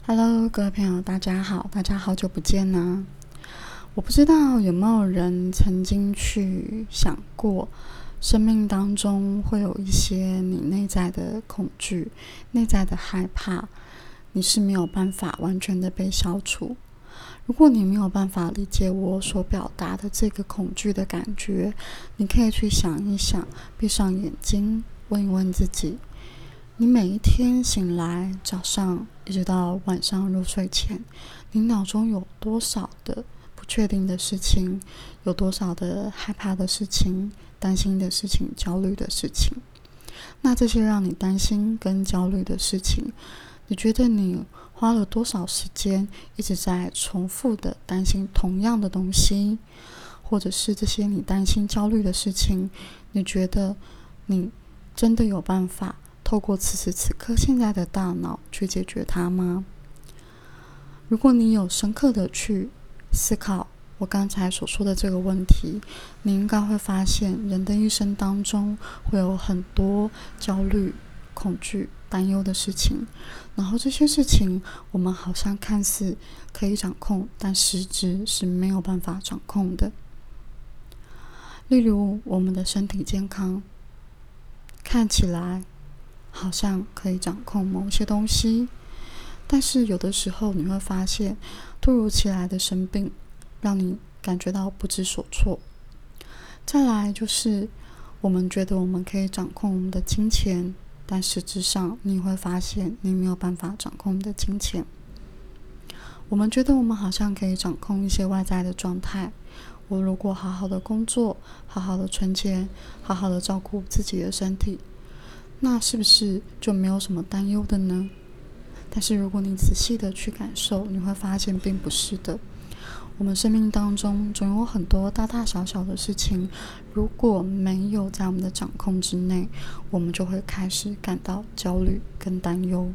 Hello，各位朋友，大家好，大家好久不见呢。我不知道有没有人曾经去想过，生命当中会有一些你内在的恐惧、内在的害怕，你是没有办法完全的被消除。如果你没有办法理解我所表达的这个恐惧的感觉，你可以去想一想，闭上眼睛，问一问自己，你每一天醒来，早上一直到晚上入睡前，你脑中有多少的不确定的事情，有多少的害怕的事情，担心的事情，焦虑的事情。那这些让你担心跟焦虑的事情，你觉得你花了多少时间一直在重复的担心同样的东西，或者是这些你担心焦虑的事情，你觉得你真的有办法透过此时此刻现在的大脑去解决它吗？如果你有深刻的去思考我刚才所说的这个问题，你应该会发现人的一生当中会有很多焦虑、恐惧、担忧的事情，然后这些事情我们好像看似可以掌控，但实质是没有办法掌控的。例如我们的身体健康，看起来好像可以掌控某些东西，但是有的时候你会发现突如其来的生病让你感觉到不知所措。再来就是我们觉得我们可以掌控我们的金钱，但实质上你会发现你没有办法掌控你的金钱。我们觉得我们好像可以掌控一些外在的状态，我如果好好的工作，好好的存钱，好好的照顾自己的身体，那是不是就没有什么担忧的呢？但是如果你仔细的去感受，你会发现并不是的。我们生命当中总有很多大大小小的事情，如果没有在我们的掌控之内，我们就会开始感到焦虑跟担忧。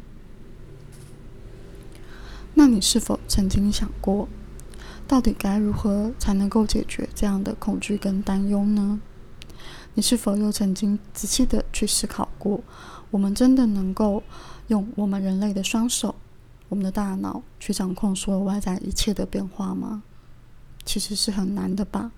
那你是否曾经想过，到底该如何才能够解决这样的恐惧跟担忧呢？你是否又曾经仔细的去思考过，我们真的能够用我们人类的双手，我们的大脑去掌控所有外在一切的变化吗？其实是很难的吧。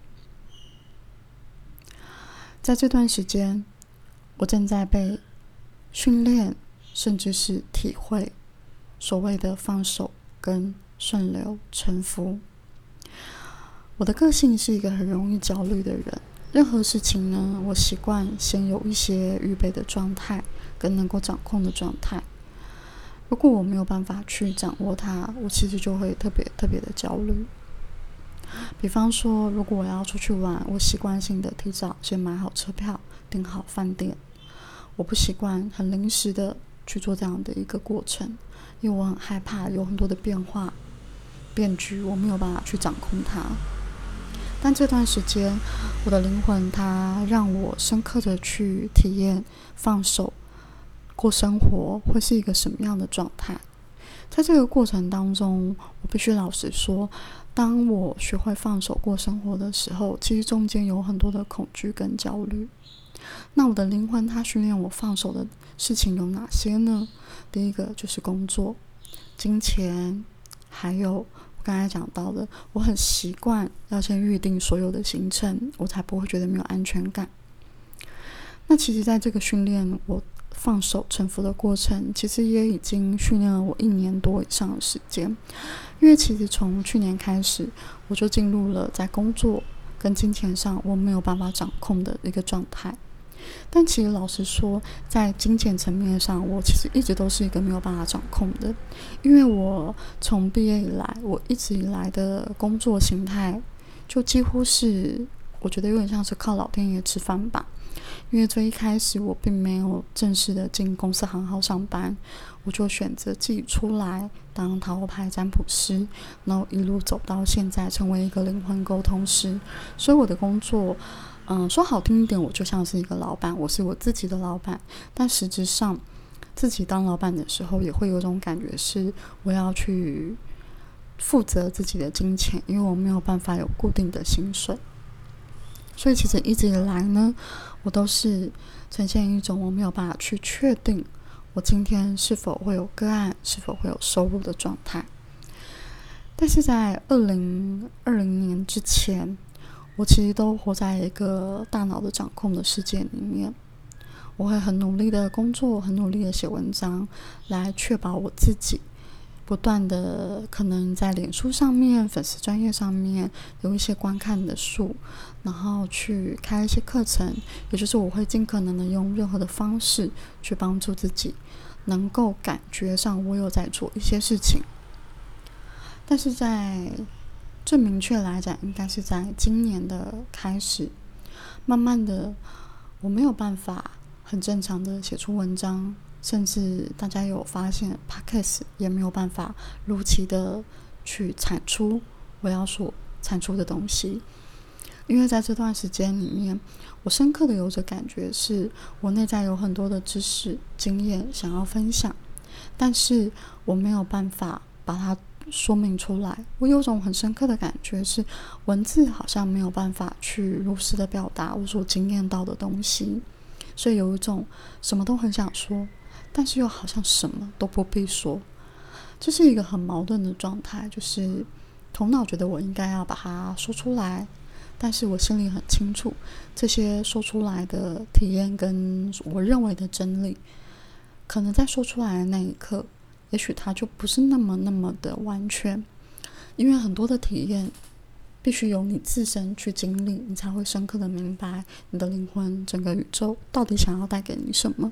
在这段时间，我正在被训练，甚至是体会所谓的放手跟顺流臣服。我的个性是一个很容易焦虑的人，任何事情呢，我习惯先有一些预备的状态跟能够掌控的状态。如果我没有办法去掌握它，我其实就会特别的焦虑。比方说，如果我要出去玩，我习惯性的提早先买好车票，订好饭店。我不习惯很临时的去做这样的一个过程，因为我很害怕有很多的变化变局，我没有办法去掌控它。但这段时间，我的灵魂它让我深刻的去体验放手过生活会是一个什么样的状态。在这个过程当中，我必须老实说，当我学会放手过生活的时候，其实中间有很多的恐惧跟焦虑。那我的灵魂它训练我放手的事情有哪些呢？第一个就是工作、金钱，还有我刚才讲到的，我很习惯要先预定所有的行程，我才不会觉得没有安全感。那其实在这个训练我放手臣服的过程，其实也已经训练了我1年多以上的时间。因为其实从去年开始，我就进入了在工作跟金钱上我没有办法掌控的一个状态。但其实老实说，在金钱层面上，我其实一直都是一个没有办法掌控的。因为我从毕业以来，我一直以来的工作形态就几乎是，我觉得有点像是靠老天爷吃饭吧。因为最一开始我并没有正式的进公司行号上班，我就选择自己出来当塔罗牌占卜师，然后一路走到现在成为一个灵魂沟通师。所以我的工作说好听一点，我就像是一个老板，我是我自己的老板。但实质上自己当老板的时候，也会有种感觉是我要去负责自己的金钱，因为我没有办法有固定的薪水。所以其实一直以来呢，我都是呈现一种我没有办法去确定我今天是否会有个案，是否会有收入的状态。但是在2020年之前，我其实都活在一个大脑的掌控的世界里面。我会很努力的工作，很努力的写文章，来确保我自己不断的可能在脸书上面、粉丝专页上面有一些观看的数，然后去开一些课程，也就是我会尽可能的用任何的方式去帮助自己能够感觉上我有在做一些事情。但是在最明确来讲，应该是在今年的开始，慢慢的我没有办法很正常的写出文章，甚至大家有发现 Podcast 也没有办法如期的去产出我要所产出的东西。因为在这段时间里面，我深刻的有着感觉是我内在有很多的知识经验想要分享，但是我没有办法把它说明出来。我有种很深刻的感觉是文字好像没有办法去如实的表达我所经验到的东西，所以有一种什么都很想说，但是又好像什么都不必说。这是一个很矛盾的状态，就是头脑觉得我应该要把它说出来，但是我心里很清楚，这些说出来的体验跟我认为的真理，可能在说出来的那一刻，也许它就不是那么的完全。因为很多的体验必须由你自身去经历，你才会深刻的明白你的灵魂，整个宇宙到底想要带给你什么。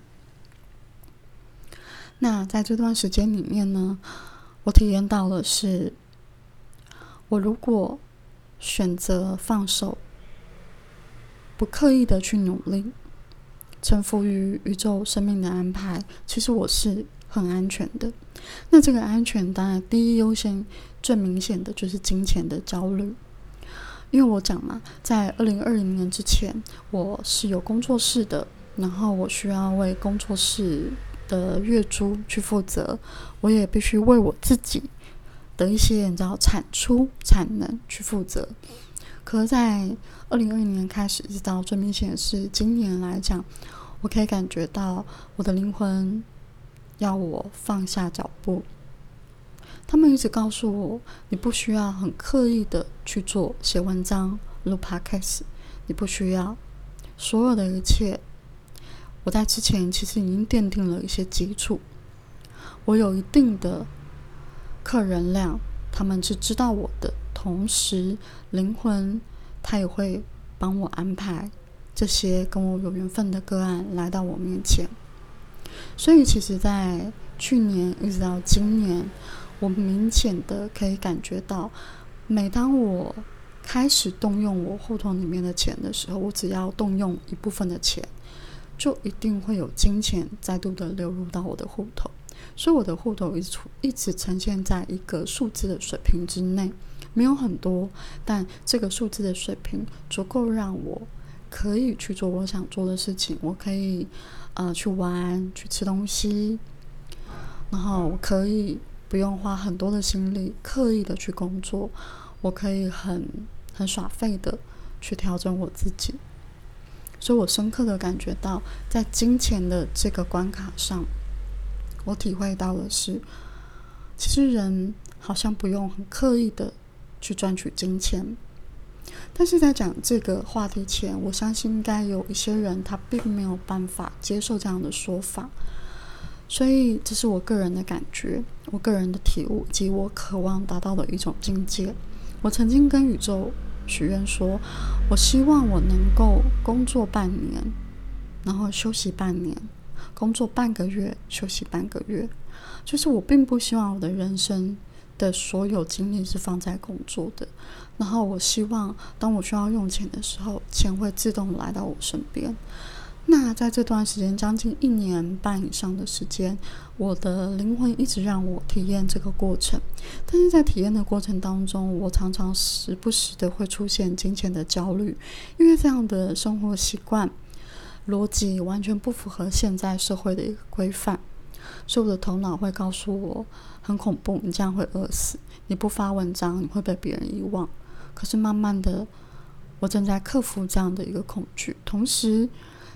那在这段时间里面呢，我体验到的是，我如果选择放手，不刻意的去努力，臣服于宇宙生命的安排，其实我是很安全的。那这个安全当然第一优先最明显的就是金钱的焦虑。因为我讲嘛，在2020年之前我是有工作室的，然后我需要为工作室的月租去负责，我也必须为我自己的一些你知道产出产能去负责。可是在2020年开始直到最明显的是今年来讲，我可以感觉到我的灵魂要我放下脚步。他们一直告诉我，你不需要很刻意的去做写文章、录 podcast， 你不需要。所有的一切，我在之前其实已经奠定了一些基础。我有一定的客人量，他们是知道我的，同时灵魂他也会帮我安排这些跟我有缘分的个案来到我面前。所以其实在去年一直到今年，我明显的可以感觉到，每当我开始动用我户头里面的钱的时候，我只要动用一部分的钱，就一定会有金钱再度的流入到我的户头。所以我的户头一直呈现在一个数字的水平之内，没有很多，但这个数字的水平足够让我可以去做我想做的事情。我可以去玩，去吃东西，然后我可以不用花很多的心力刻意的去工作，我可以很耍废的去调整我自己。所以我深刻的感觉到，在金钱的这个关卡上，我体会到的是，其实人好像不用很刻意的去赚取金钱。但是在讲这个话题前，我相信应该有一些人他并没有办法接受这样的说法，所以这是我个人的感觉，我个人的体悟，以及我渴望达到的一种境界。我曾经跟宇宙许愿说，我希望我能够工作半年，然后休息半年，工作半个月，休息半个月。就是我并不希望我的人生的所有精力是放在工作的，然后我希望当我需要用钱的时候，钱会自动来到我身边。那在这段时间将近1年半以上的时间，我的灵魂一直让我体验这个过程，但是在体验的过程当中，我常常时不时的会出现金钱的焦虑，因为这样的生活习惯逻辑完全不符合现在社会的一个规范，所以我的头脑会告诉我，很恐怖，你这样会饿死，你不发文章你会被别人遗忘。可是慢慢的，我正在克服这样的一个恐惧，同时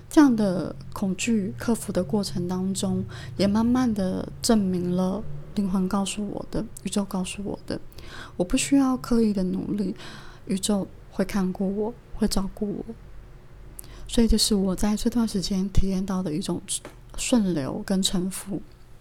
这样的恐惧克服的过程当中，也慢慢的证明了灵魂告诉我的，宇宙告诉我的，我不需要刻意的努力，宇宙会看顾我，会照顾我。所以这是我在这段时间体验到的一种顺流跟臣服。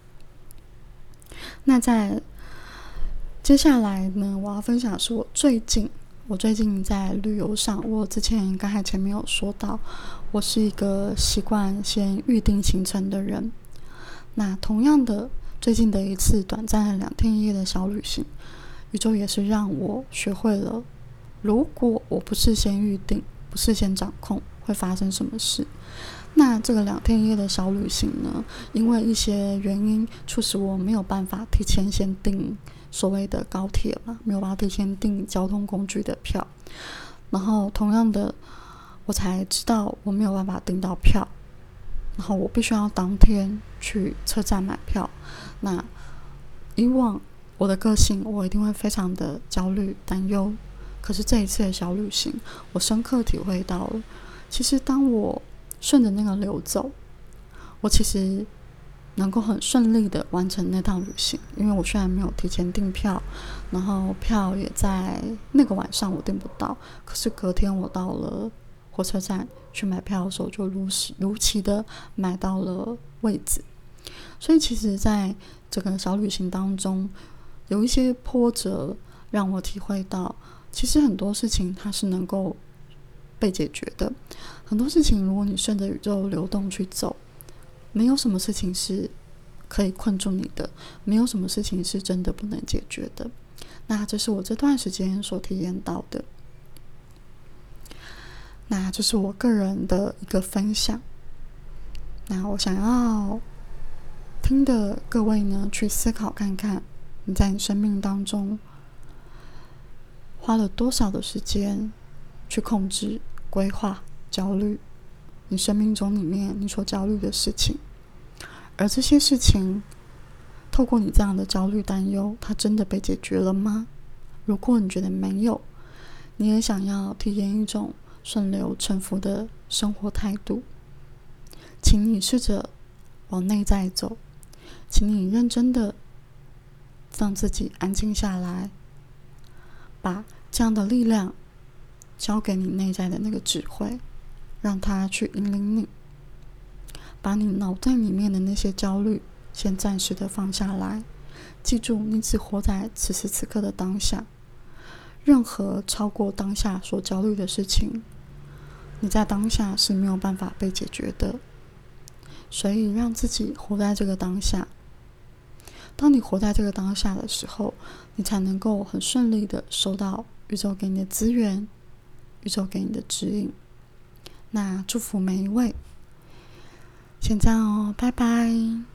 那在接下来呢，我要分享的是我最近在旅游上，我之前刚才前面有说到，我是一个习惯先预定行程的人。那同样的，最近的一次短暂的2天1夜的小旅行，宇宙也是让我学会了，如果我不事先预定，不事先掌控，会发生什么事。那这个2天1夜的小旅行呢，因为一些原因促使我没有办法提前先订所谓的高铁嘛，没有办法提前订交通工具的票。然后同样的，我才知道我没有办法订到票，然后我必须要当天去车站买票。那以往我的个性，我一定会非常的焦虑担忧，可是这一次的小旅行，我深刻体会到了，其实当我顺着那个流走，我其实能够很顺利的完成那趟旅行。因为我虽然没有提前订票，然后票也在那个晚上我订不到，可是隔天我到了火车站去买票的时候，就如期的买到了位置。所以其实在这个小旅行当中，有一些波折让我体会到，其实很多事情它是能够被解决的。很多事情如果你顺着宇宙流动去走，没有什么事情是可以困住你的，没有什么事情是真的不能解决的。那这是我这段时间所体验到的，那这是我个人的一个分享。那我想要听的各位呢，去思考看看，你在你生命当中花了多少的时间去控制、规划、焦虑你生命中里面你所焦虑的事情。而这些事情透过你这样的焦虑担忧，它真的被解决了吗？如果你觉得没有，你也想要体验一种顺流臣服的生活态度，请你试着往内在走，请你认真的让自己安静下来，把这样的力量交给你内在的那个智慧，让它去引领你，把你脑袋里面的那些焦虑先暂时的放下来。记住，你只活在此时此刻的当下，任何超过当下所焦虑的事情，你在当下是没有办法被解决的。所以让自己活在这个当下。当你活在这个当下的时候，你才能够很顺利的收到宇宙给你的资源，宇宙给你的指引。那祝福每一位，先这样哦，拜拜。